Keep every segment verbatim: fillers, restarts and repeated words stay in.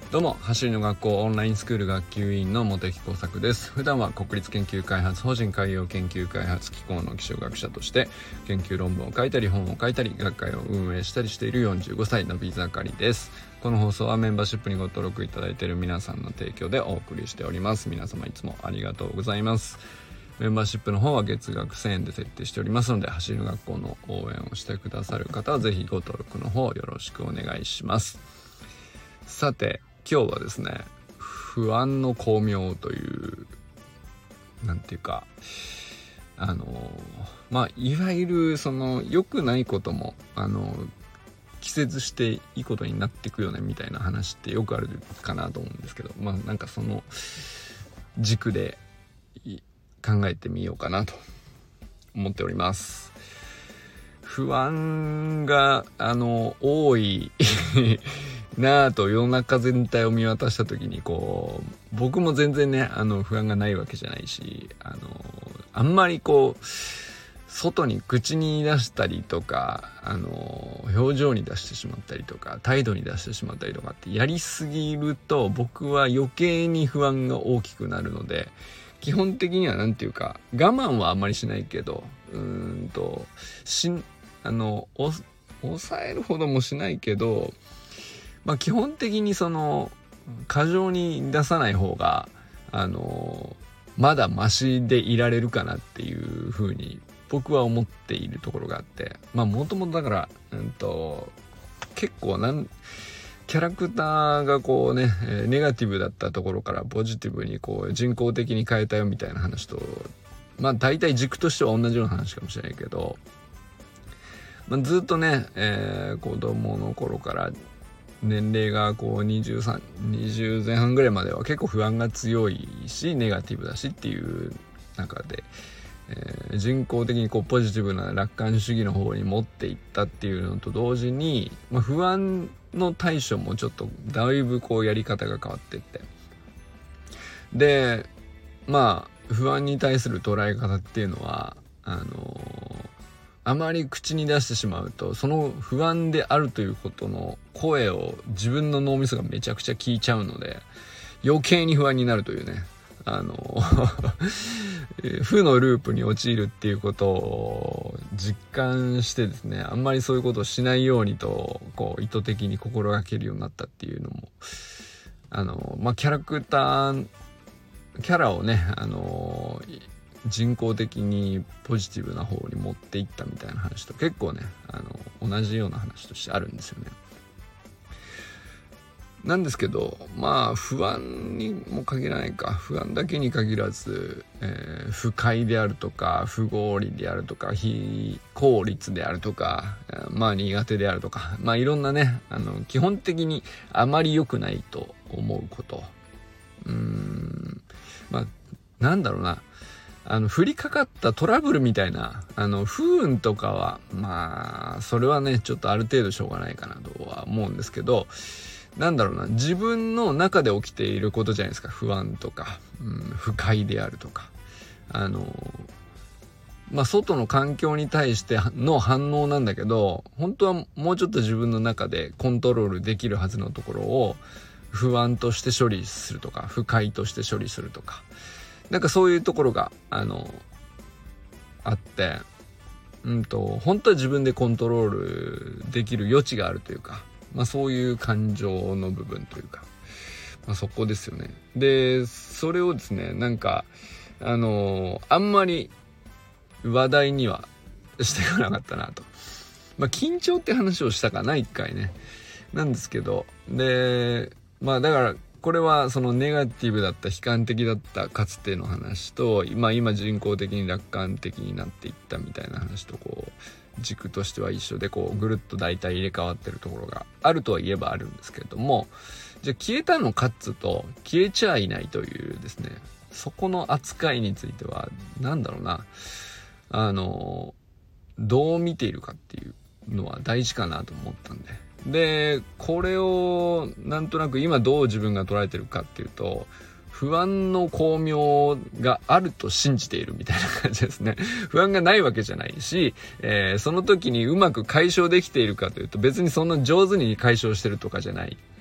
どうも、走りの学校オンラインスクール学級委員の茂木耕作です。普段は国立研究開発法人海洋研究開発機構の気象学者として研究論文を書いたり本を書いたり学会を運営したりしているよんじゅうごさいのび盛りです。この放送はメンバーシップにご登録いただいている皆さんの提供でお送りしております。皆様いつもありがとうございます。メンバーシップの方は月額せんえんで設定しておりますので、走りの学校の応援をしてくださる方はぜひご登録の方よろしくお願いします。さて今日はですね、不安の巧妙というなんていうかあのまあいわゆるその良くないこともあの季節していいことになっていくよねみたいな話ってよくあるかなと思うんですけど、まあなんかその軸で考えてみようかなと思っております。不安があの多いなぁと世の中全体を見渡した時にこう僕も全然ねあの不安がないわけじゃないし、あのあんまりこう外に口に出したりとかあの表情に出してしまったりとか態度に出してしまったりとかってやりすぎると僕は余計に不安が大きくなるので、基本的にはなんていうか我慢はあんまりしないけどうーんとしあのお抑えるほどもしないけど、まあ、基本的にその過剰に出さない方があのまだマシでいられるかなっていう風に僕は思っているところがあって、まあもともとだから、うんと、結構なんキャラクターがこうねネガティブだったところからポジティブにこう人工的に変えたよみたいな話と、まあ大体軸としては同じような話かもしれないけど、まあ、ずっとね、えー、子供の頃から年齢がこうにじゅうさん、にじゅう前半ぐらいまでは結構不安が強いしネガティブだしっていう中で、えー、人工的にこうポジティブな楽観主義の方に持っていったっていうのと同時に、まあ、不安の対処もちょっとだいぶこうやり方が変わっていって、でまあ不安に対する捉え方っていうのはあのーあまり口に出してしまうとその不安であるということの声を自分の脳みそがめちゃくちゃ聞いちゃうので余計に不安になるというね、あの負のループに陥るっていうことを実感してですね、あんまりそういうことをしないようにとこう意図的に心がけるようになったっていうのもあのまあキャラクターキャラをねあの人工的にポジティブな方に持っていったみたいな話と結構ねあの同じような話としてあるんですよね。なんですけどまあ不安にも限らないか、不安だけに限らず、えー、不快であるとか不合理であるとか非効率であるとかまあ苦手であるとか、まあいろんなねあの基本的にあまり良くないと思うこと、うーんまあなんだろうなあの降りかかったトラブルみたいなあの不運とかはまあそれはねちょっとある程度しょうがないかなとは思うんですけど、なんだろうな自分の中で起きていることじゃないですか。不安とか、うん、不快であるとかあのまあ外の環境に対しての反応なんだけど、本当はもうちょっと自分の中でコントロールできるはずのところを不安として処理するとか不快として処理するとか、なんかそういうところがあのあって、うんと本当は自分でコントロールできる余地があるというか、まあそういう感情の部分というか、まあそこですよね。でそれをですねなんかあのあんまり話題にはしてこなかったなと。まあ緊張って話をしたかな一回ねなんですけど、でまあだからこれはそのネガティブだった悲観的だったかつての話と、まあ、今人工的に楽観的になっていったみたいな話とこう軸としては一緒でこうぐるっと大体入れ替わってるところがあるとは言えばあるんですけれども、じゃあ消えたのかっつうと消えちゃいないというですね、そこの扱いについてはなんだろうなあのどう見ているかっていうのは大事かなと思ったんで、でこれをなんとなく今どう自分が捉えてるかっていうと、不安の巧妙があると信じているみたいな感じですね。不安がないわけじゃないし、えー、その時にうまく解消できているかというと別にそんな上手に解消してるとかじゃない。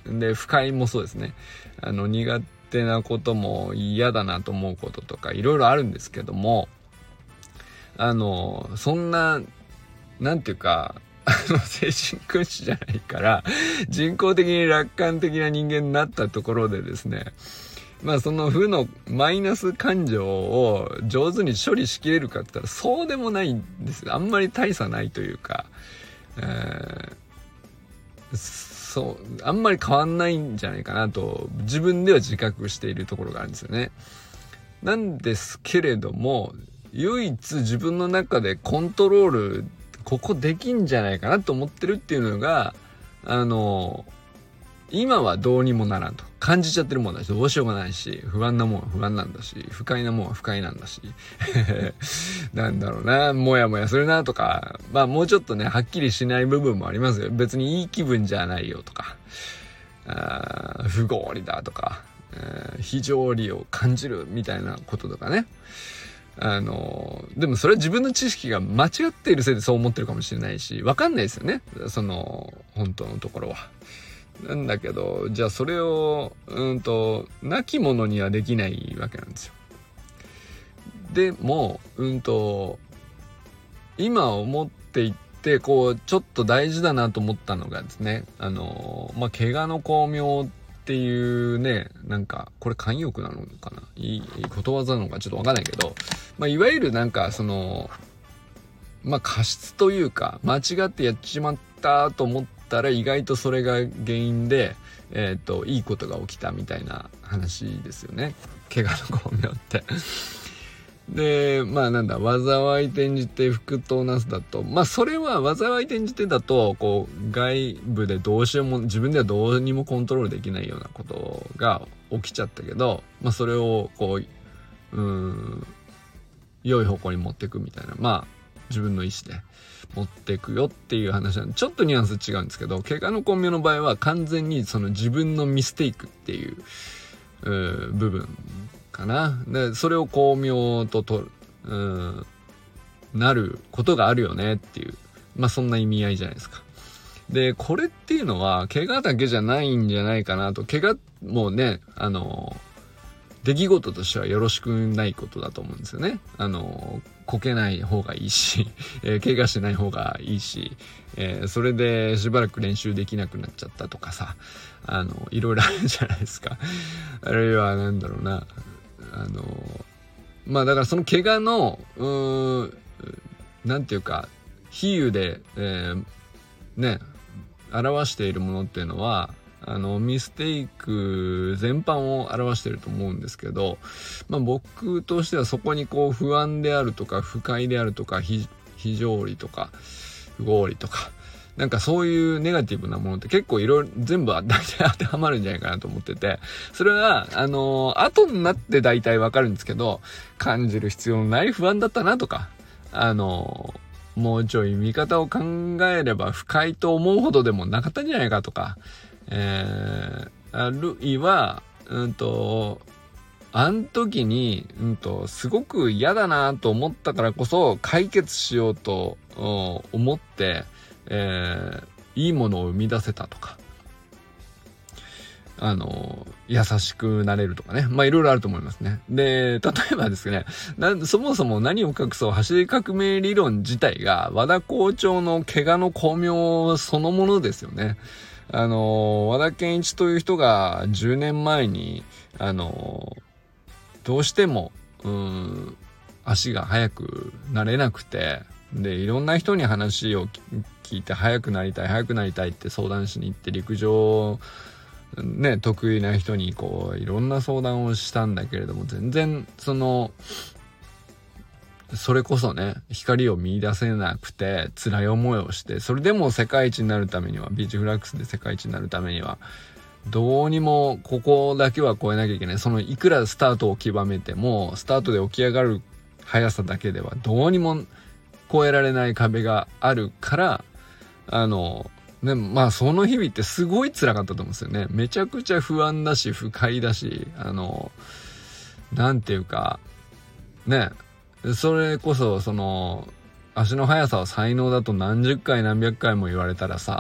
で不快もそうですね。あの苦手なことも嫌だなと思うこととかいろいろあるんですけども、あのそんななんていうかあの精神君子じゃないから人工的に楽観的な人間になったところでですね、まあその負のマイナス感情を上手に処理しきれるかって言ったらそうでもないんですよ。あんまり大差ないというか、えー、そうあんまり変わんないんじゃないかなと自分では自覚しているところがあるんですよね。なんですけれども唯一自分の中でコントロールここできんじゃないかなと思ってるっていうのが、あの今はどうにもならんと感じちゃってるもんだしどうしようがないし、不安なもんは不安なんだし不快なもんは不快なんだしなんだろうな、もやもやするなとか、まあもうちょっとねはっきりしない部分もありますよ。別にいい気分じゃないよとか、あ不合理だとか、えー、非常理を感じるみたいなこととかね。あのでもそれは自分の知識が間違っているせいでそう思ってるかもしれないし、分かんないですよね、その本当のところは。なんだけどじゃあそれをうんとなきものにはできないわけなんですよ。でもうんと今思っていってこうちょっと大事だなと思ったのがですね、あのまあ怪我の巧妙っていうね、なんかこれ慣用句なのかないいことわざなのかちょっとわかんないけど、まあいわゆるなんかそのまあ過失というか間違ってやっちまったと思ったら意外とそれが原因でえっといいことが起きたみたいな話ですよね、怪我の巧妙ってでまあなんだ災い転じて福となすだと、まあそれは災い転じてだとこう外部でどうしようも自分ではどうにもコントロールできないようなことが起きちゃったけど、まあそれをこううーん良い方向に持っていくみたいな、まあ自分の意思で持っていくよっていう話なんでちょっとニュアンス違うんですけど、怪我の巧妙の場合は完全にその自分のミステイクっていう、うー部分かな。でそれを巧妙ととるうんなることがあるよねっていう、まあそんな意味合いじゃないですか。でこれっていうのは怪我だけじゃないんじゃないかなと。怪我もねあの出来事としてはよろしくないことだと思うんですよね。あのこけない方がいいし、えー、怪我しない方がいいし、えー、それでしばらく練習できなくなっちゃったとかさ、あのいろいろあるじゃないですか。あるいはなんだろうな、あのまあだからその怪我のうーんなんていうか比喩で、えー、ね表しているものっていうのはあのミステイク全般を表していると思うんですけど、まあ僕としてはそこにこう不安であるとか不快であるとか非常理とか不合理とかなんかそういうネガティブなものって結構いろいろ全部大体当てはまるんじゃないかなと思ってて、それはあのー、後になって大体わかるんですけど、感じる必要のない不安だったなとか、あのー、もうちょい見方を考えれば不快と思うほどでもなかったんじゃないかとか、えー、あるいはうんとあん時にうんとすごく嫌だなと思ったからこそ解決しようと思ってえー、いいものを生み出せたとか、あの優しくなれるとかね、まあいろいろあると思いますね。で例えばですね、なそもそも何を隠そう走り革命理論自体が和田校長の怪我の巧妙そのものですよね。あの和田健一という人がじゅうねんまえにあのどうしてもうーん足が速くなれなくて、でいろんな人に話を聞いて速くなりたい速くなりたいって相談しに行って陸上ね得意な人にこういろんな相談をしたんだけれども全然そのそれこそね光を見出せなくて辛い思いをして、それでも世界一になるためにはビーチフラッグスで世界一になるためにはどうにもここだけは超えなきゃいけない。そのいくらスタートを極めてもスタートで起き上がる速さだけではどうにも超えられない壁があるから、あのねまあその日々ってすごい辛かったと思うんですよね。めちゃくちゃ不安だし不快だし、あのなんていうかね、それこそその足の速さは才能だと何十回何百回も言われたらさ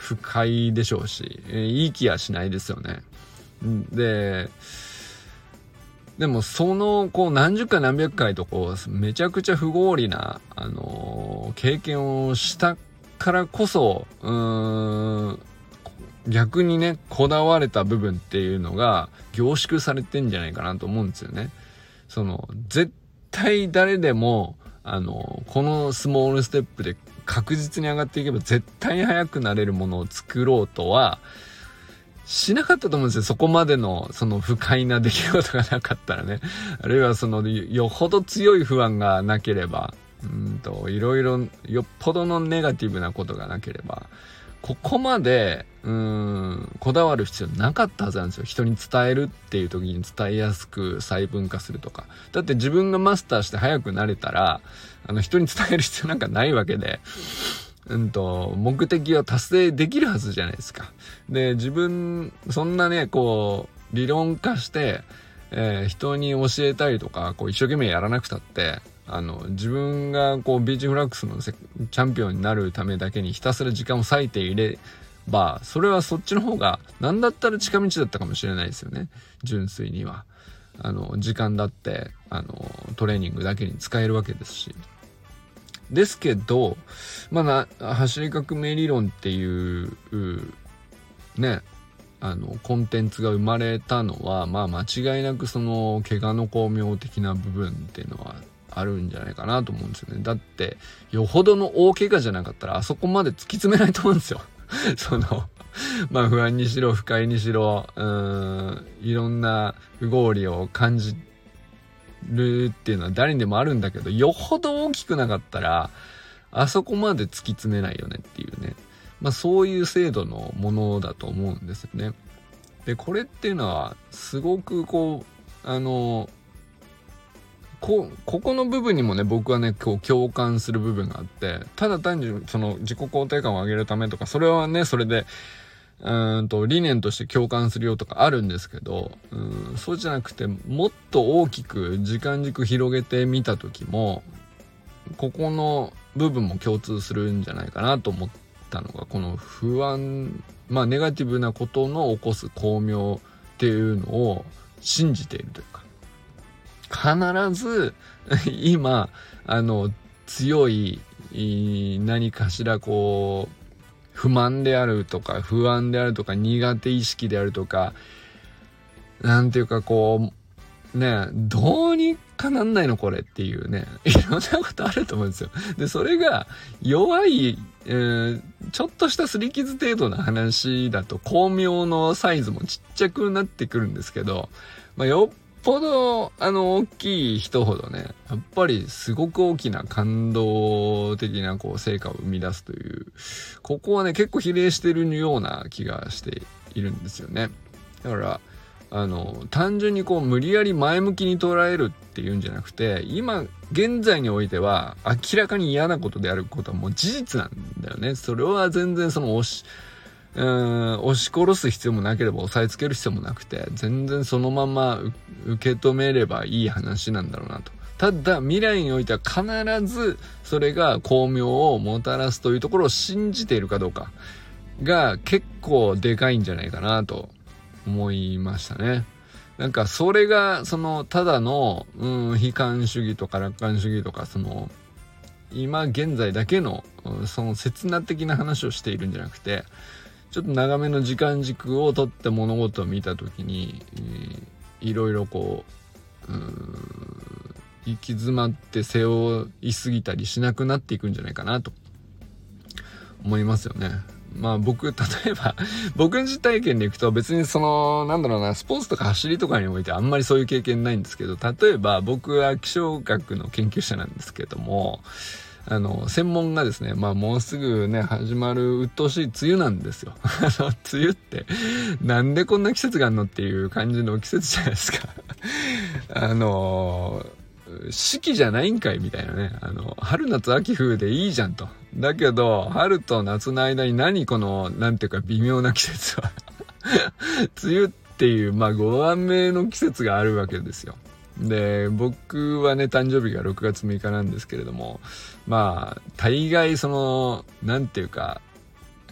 不快でしょうし、いい気はしないですよね。ででもそのこう何十回何百回とこうめちゃくちゃ不合理な、あのー、経験をしたからこそ、うーん逆にねこだわれた部分っていうのが凝縮されてんじゃないかなと思うんですよね。その絶対誰でもあのこのスモールステップで確実に上がっていけば絶対に速くなれるものを作ろうとはしなかったと思うんですよ。そこまでのその不快な出来事がなかったらね、あるいはそのよほど強い不安がなければ、うんといろいろよっぽどのネガティブなことがなければ、ここまでうーんこだわる必要なかったはずなんですよ。人に伝えるっていう時に伝えやすく細分化するとか。だって自分がマスターして速くなれたら、あの人に伝える必要なんかないわけで、うんと目的を達成できるはずじゃないですか。で自分そんなねこう理論化して、えー、人に教えたりとかこう一生懸命やらなくたって、あの自分がこうビーチフラッグスのチャンピオンになるためだけにひたすら時間を割いていれば、それはそっちの方が何だったら近道だったかもしれないですよね。純粋にはあの時間だってあのトレーニングだけに使えるわけですし。ですけど、まあな走り革命理論っていうねあのコンテンツが生まれたのは、まあ間違いなくその怪我の巧妙的な部分っていうのはあるんじゃないかなと思うんですよね。だってよほどの大怪我じゃなかったらあそこまで突き詰めないと思うんですよ。そのまあ不安にしろ不快にしろ、うーんいろんな不合理を感じるっていうのは誰にでもあるんだけど、よほど大きくなかったらあそこまで突き詰めないよねっていうね、まあそういう制度のものだと思うんですよね。でこれっていうのはすごくこうあのこここの部分にもね僕はねこう共感する部分があって、ただ単にその自己肯定感を上げるためとかそれはねそれでうーんと理念として共感するよとかあるんですけど、うーんそうじゃなくてもっと大きく時間軸広げてみた時もここの部分も共通するんじゃないかなと思ったのが、この不安まあネガティブなことの起こす巧妙っていうのを信じているというか、必ず今あの強い何かしらこう不満であるとか不安であるとか苦手意識であるとかなんていうかこうねどうにかなんないのこれっていうねいろんなことあると思うんですよ。でそれが弱い、えー、ちょっとした擦り傷程度の話だと巧妙のサイズもちっちゃくなってくるんですけど、まあ、よっぽどあの大きい人ほどねやっぱりすごく大きな感動的なこう成果を生み出すという、ここはね結構比例してるような気がしているんですよね。だからあの単純にこう無理やり前向きに捉えるっていうんじゃなくて、今現在においては明らかに嫌なことであることはもう事実なんだよね。それは全然その押しうーん押し殺す必要もなければ押さえつける必要もなくて、全然そのまま受け止めればいい話なんだろうなと。ただ未来においては必ずそれが巧妙をもたらすというところを信じているかどうかが結構でかいんじゃないかなと思いましたね。なんかそれがそのただのうん悲観主義とか楽観主義とかその今現在だけのその刹那的な話をしているんじゃなくて、ちょっと長めの時間軸をとって物事を見たときに、えー、いろいろこう、うーん行き詰まって背負いすぎたりしなくなっていくんじゃないかなと思いますよね。まあ僕例えば僕の実体験でいくと別にそのなんだろうなスポーツとか走りとかにおいてあんまりそういう経験ないんですけど、例えば僕は気象学の研究者なんですけども、あの専門がですねまあもうすぐね始まる鬱陶しい梅雨なんですよ。あの梅雨ってなんでこんな季節があるのっていう感じの季節じゃないですか。あの四季じゃないんかいみたいなね、あの春夏秋冬でいいじゃんと。だけど春と夏の間に何このなんていうか微妙な季節は梅雨っていうまあごばんめの季節があるわけですよ。で僕はね誕生日がろくがつむいかなんですけれども、まあ大概そのなんていうか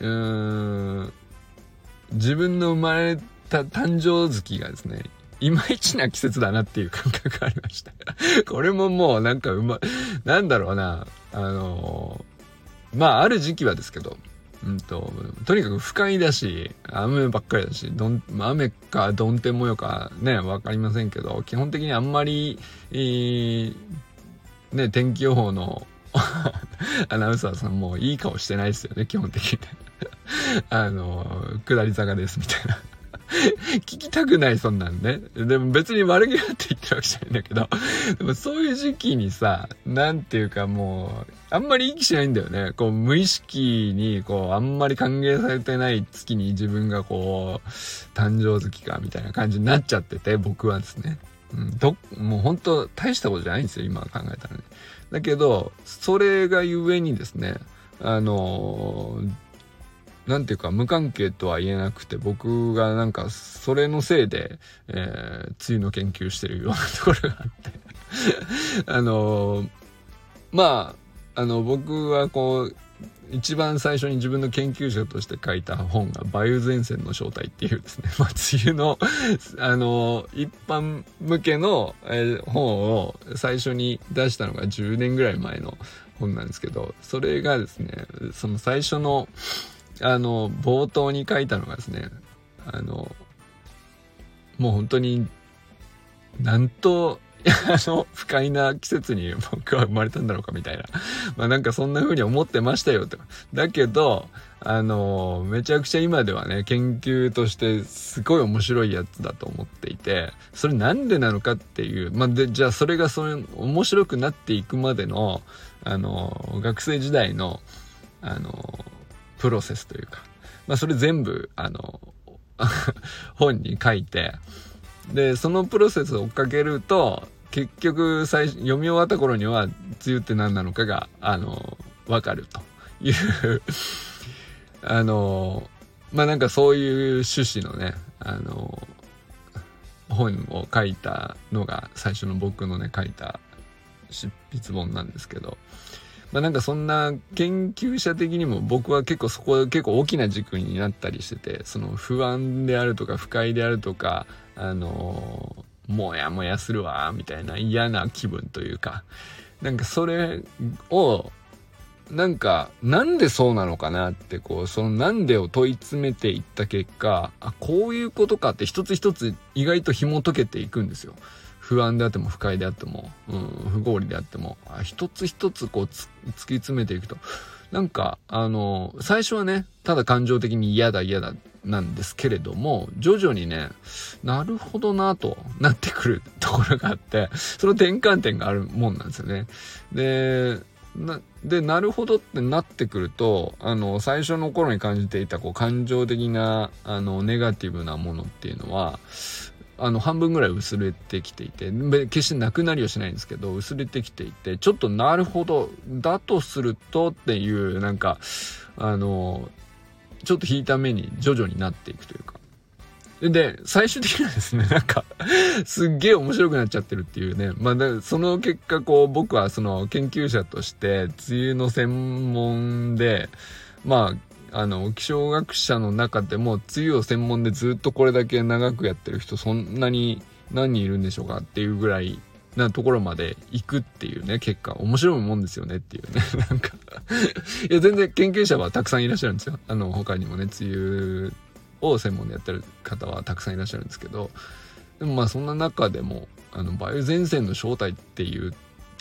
うーん自分の生まれた誕生月がですねいまいちな季節だなっていう感覚がありましたこれももうなんかうまなんだろうなあのー、まあある時期はですけどうんととにかく不快だし雨ばっかりだしどん雨か曇天模様かねわかりませんけど基本的にあんまり、えー、ね天気予報のアナウンサーさんもいい顔してないですよね基本的にあの下り坂ですみたいな聞きたくないそんなんね。でも別に悪気があって言ってるわけじゃないんだけどでもそういう時期にさなんていうかもうあんまりいい気しないんだよね。こう無意識にこうあんまり歓迎されてない月に自分がこう誕生月かみたいな感じになっちゃってて僕はですね、うん、どもう本当大したことじゃないんですよ今考えたらね。だけどそれがゆえにですねあのーなんていうか無関係とは言えなくて僕がなんかそれのせいで、えー、梅雨の研究してるようなところがあってあのー、まああの僕はこう一番最初に自分の研究者として書いた本が梅雨前線の正体っていうですね、まあ、梅雨のあのー、一般向けの、えー、本を最初に出したのがじゅうねんぐらい前の本なんですけどそれがですねその最初のあの冒頭に書いたのがですねあのもう本当になんとあの不快な季節に僕は生まれたんだろうかみたいなまあなんかそんな風に思ってましたよと。だけどあのめちゃくちゃ今ではね研究としてすごい面白いやつだと思っていてそれなんでなのかっていうまあでじゃあそれがそれ面白くなっていくまでのあの学生時代のあのプロセスというか、まあ、それ全部あの本に書いてでそのプロセスを追っかけると結局最初読み終わった頃には梅雨って何なのかがあの分かるというあのまあなんかそういう趣旨のねあの本を書いたのが最初の僕のね書いた執筆本なんですけどまあなんかそんな研究者的にも僕は結構そこ結構大きな軸になったりしててその不安であるとか不快であるとかあのー、もやもやするわみたいな嫌な気分というかなんかそれをなんかなんでそうなのかなってこうそのなんでを問い詰めていった結果あこういうことかって一つ一つ意外と紐解けていくんですよ。不安であっても不快であっても、うん、不合理であっても一つ一つこうつ突き詰めていくとなんかあの最初はねただ感情的に嫌だ嫌だなんですけれども徐々にねなるほどなとなってくるところがあってその転換点があるもんなんですよね。でなでなるほどってなってくるとあの最初の頃に感じていたこう感情的なあのネガティブなものっていうのはあの半分ぐらい薄れてきていて決してなくなりはしないんですけど薄れてきていてちょっとなるほどだとするとっていうなんかあのちょっと引いた目に徐々になっていくというかで最終的にはですねなんかすっげえ面白くなっちゃってるっていうねまあその結果こう僕はその研究者として梅雨の専門でまああの気象学者の中でも梅雨を専門でずっとこれだけ長くやってる人そんなに何人いるんでしょうかっていうぐらいなところまで行くっていうね結果面白いもんですよねっていうねなんかいや全然研究者はたくさんいらっしゃるんですよ。あの他にもね梅雨を専門でやってる方はたくさんいらっしゃるんですけどでもまあそんな中でもあの梅雨前線の正体っていう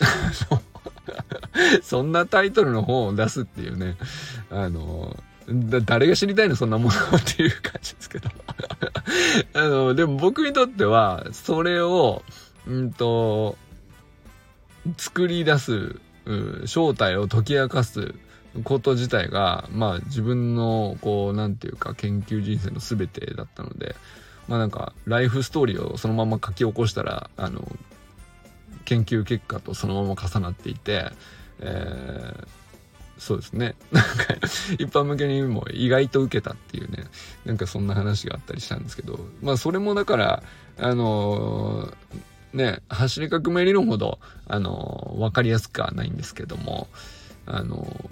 そんなタイトルの本を出すっていうねあのだ誰が知りたいのそんなものっていう感じですけどあのでも僕にとってはそれをうんと作り出す正体を解き明かすこと自体がまあ自分のこうなんていうか研究人生の全てだったのでまあなんかライフストーリーをそのまま書き起こしたらあの研究結果とそのまま重なっていて、えーそうですねなんか一般向けにも意外と受けたっていうねなんかそんな話があったりしたんですけどまあそれもだからあのー、ね走り革命理論ほどあのー、分かりやすくはないんですけどもあの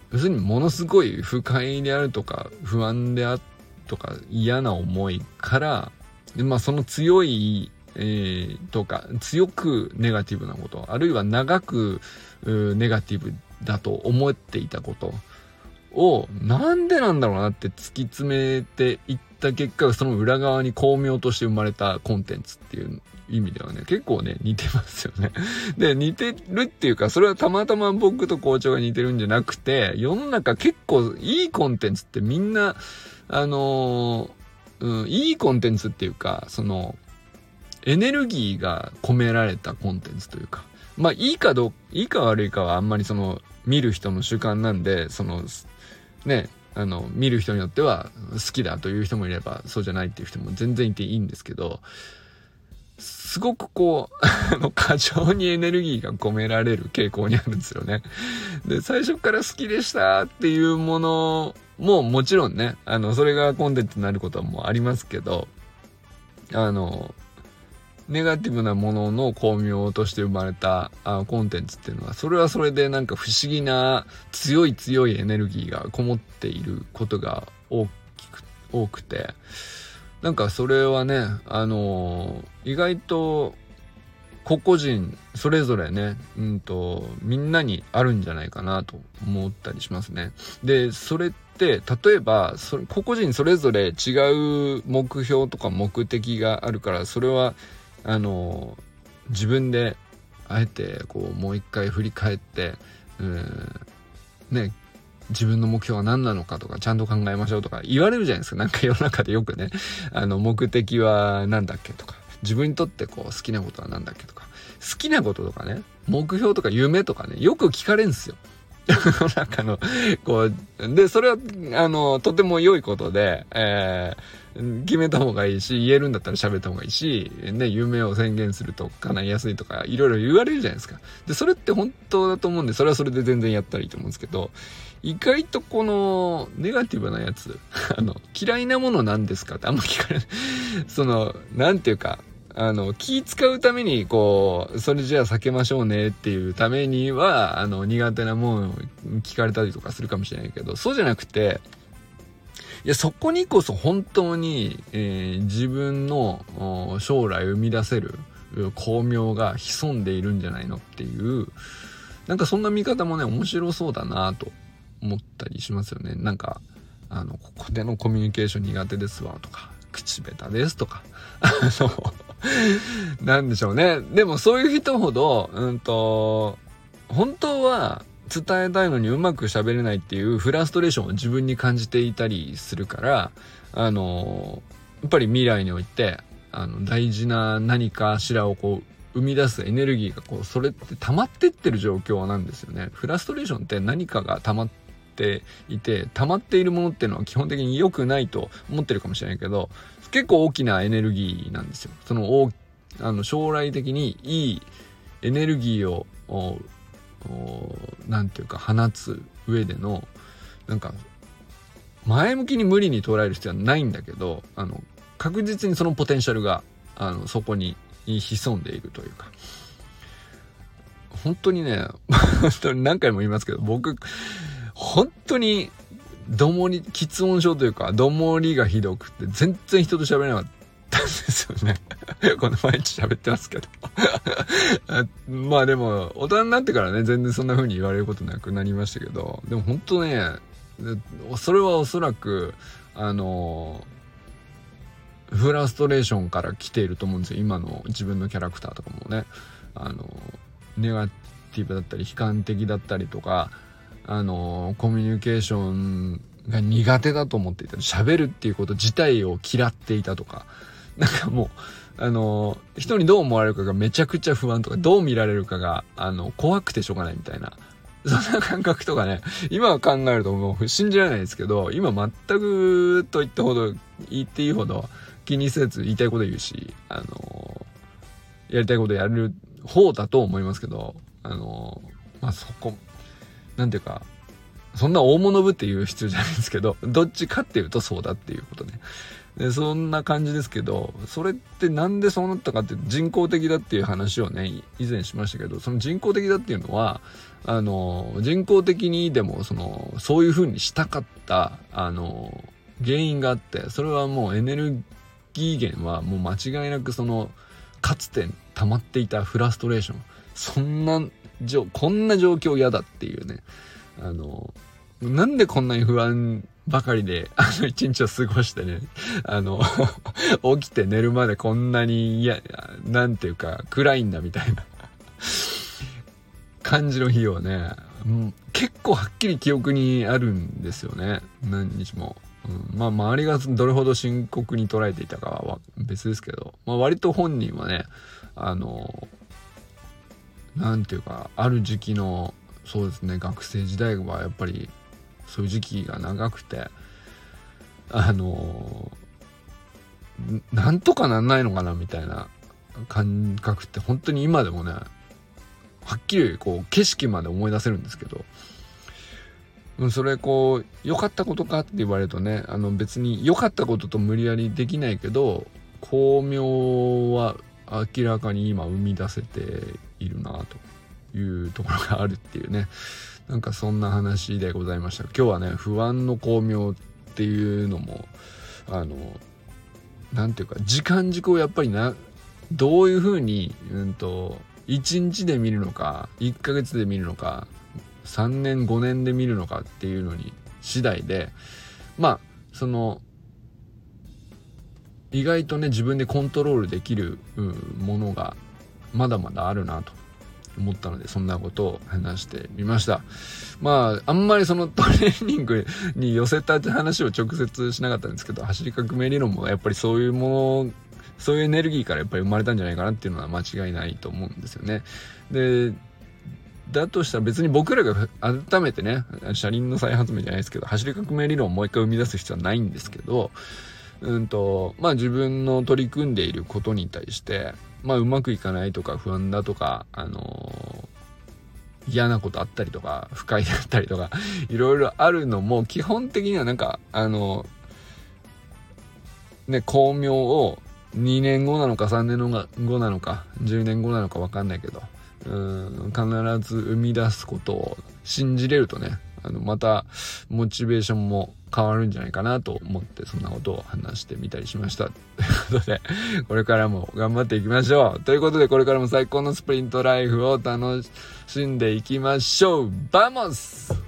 要するにものすごい不快であるとか不安であるとか嫌な思いから、まあその強い、えー、とか強くネガティブなこと、あるいは長くネガティブだと思っていたことをなんでなんだろうなって突き詰めていった結果、その裏側に巧妙として生まれたコンテンツっていう意味ではね、結構ね似てますよね。で、似てるっていうか、それはたまたま僕と校長が似てるんじゃなくて、世の中結構いいコンテンツってみんなあのー、うん、いいコンテンツっていうか、そのエネルギーが込められたコンテンツというか、まあいいかどういいか悪いかはあんまりその見る人の主観なんで、そのね、あの見る人によっては好きだという人もいればそうじゃないっていう人も全然いていいんですけど、すごくこう過剰にエネルギーが込められる傾向にあるんですよね。で、最初から好きでしたっていうものももちろんね、あのそれがコンテンツになることもありますけど、あのネガティブなものの巧妙として生まれたあコンテンツっていうのは、それはそれでなんか不思議な強い強いエネルギーがこもっていることが大きく多くて、なんかそれはね、あのー、意外と個々人それぞれね、うんとみんなにあるんじゃないかなと思ったりしますね。で、それって例えばそれ個々人それぞれ違う目標とか目的があるから、それはあのー、自分であえてこうもう一回振り返って、うんね、自分の目標は何なのかとかちゃんと考えましょうとか言われるじゃないですか。なんか世の中でよくね、あの目的は何だっけとか、自分にとってこう好きなことは何だっけとか、好きなこととかね、目標とか夢とかね、よく聞かれるんですよ。なんかのこうで、それはあのとても良いことで、えー、決めた方がいいし、言えるんだったら喋った方がいいし、ね、夢を宣言すると叶いやすいとかいろいろ言われるじゃないですか。で、それって本当だと思うんで、それはそれで全然やったらいいと思うんですけど、意外とこのネガティブなやつあの嫌いなものなんですかってあんま聞かれないそのなんていうか、あの気使うためにこうそれじゃあ避けましょうねっていうためにはあの苦手なものを聞かれたりとかするかもしれないけど、そうじゃなくて、いやそこにこそ本当に、えー、自分の将来生み出せる巧妙が潜んでいるんじゃないのっていう、なんかそんな見方もね面白そうだなと思ったりしますよね。なんかあのここでのコミュニケーション苦手ですわとか、口下手ですとかあのなんでしょうね。でもそういう人ほどうんと本当は伝えたいのにうまく喋れないっていうフラストレーションを自分に感じていたりするから、あのやっぱり未来においてあの大事な何かしらをこう生み出すエネルギーがこうそれって溜まってってる状況なんですよね。フラストレーションって何かが溜まっていて、溜まっているものっていうのは基本的に良くないと思ってるかもしれないけど、結構大きなエネルギーなんですよ。その大あの将来的にいいエネルギーをなんていうか放つ上でのなんか前向きに無理に捉える必要はないんだけど、あの確実にそのポテンシャルがあのそこに潜んでいるというか、本当にね本当に何回も言いますけど、僕本当にどもり喫音症というかどもりがひどくて全然人と喋れなかったんですよねこの毎日喋ってますけどまあでも大人になってからね全然そんな風に言われることなくなりましたけど、でも本当ねそれはおそらくあのフラストレーションから来ていると思うんですよ。今の自分のキャラクターとかもね、あのネガティブだったり悲観的だったりとか、あのコミュニケーションが苦手だと思っていた、喋るっていうこと自体を嫌っていたとか、なんかもうあの人にどう思われるかがめちゃくちゃ不安とか、どう見られるかがあの怖くてしょうがないみたいな、そんな感覚とかね、今考えるともう信じられないですけど、今全くと言ったほど言っていいほど気にせず言いたいこと言うし、あのやりたいことやる方だと思いますけど、あのまあそこなんていうかそんな大物ぶって言う必要じゃないんですけど、どっちかっていうとそうだっていうことね。 でそんな感じですけど、それってなんでそうなったかって、人工的だっていう話をね以前しましたけど、その人工的だっていうのはあの人工的にでもそのそういう風にしたかったあの原因があって、それはもうエネルギー源はもう間違いなくそのかつて溜まっていたフラストレーション、そんなこんな状況嫌だっていうね、あのなんでこんなに不安ばかりであの一日を過ごしてね、あの起きて寝るまでこんなにいやなんていうか暗いんだみたいな感じの日をね、うん、結構はっきり記憶にあるんですよね、何日も。うん、まあ周りがどれほど深刻に捉えていたかは別ですけど、まあ、割と本人はねあのなんていうかある時期のそうですね学生時代はやっぱりそういう時期が長くて、あのなんとかなんないのかなみたいな感覚って本当に今でもねはっきりこう景色まで思い出せるんですけど、それこう良かったことかって言われるとね、あの別に良かったことと無理やりできないけど、巧妙は明らかに今生み出せているなというところがあるっていうね、なんかそんな話でございました。今日はね不安の巧妙っていうのもあのなんていうか時間軸をやっぱりなどういう風にうんといちにちで見るのかいっかげつで見るのかさんねんごねんで見るのかっていうのに次第で、まあその意外とね自分でコントロールできるものがまだまだあるなと思ったので、そんなことを話してみました。まああんまりそのトレーニングに寄せた話を直接しなかったんですけど、走り革命理論もやっぱりそういうものそういうエネルギーからやっぱり生まれたんじゃないかなっていうのは間違いないと思うんですよね。でだとしたら別に僕らが改めてね車輪の再発明じゃないですけど走り革命理論をもう一回生み出す必要はないんですけど、うんとまあ自分の取り組んでいることに対してまあうまくいかないとか不安だとかあのー、嫌なことあったりとか不快だったりとかいろいろあるのも基本的にはなんかあのね巧妙をにねんごなのかさんねんごなのかじゅうねんごなのか分かんないけどうん必ず生み出すことを信じれるとねあのまたモチベーションも変わるんじゃないかなと思ってそんなことを話してみたりしましたということでこれからも頑張っていきましょうということでこれからも最高のスプリントライフを楽しんでいきましょう。バモス。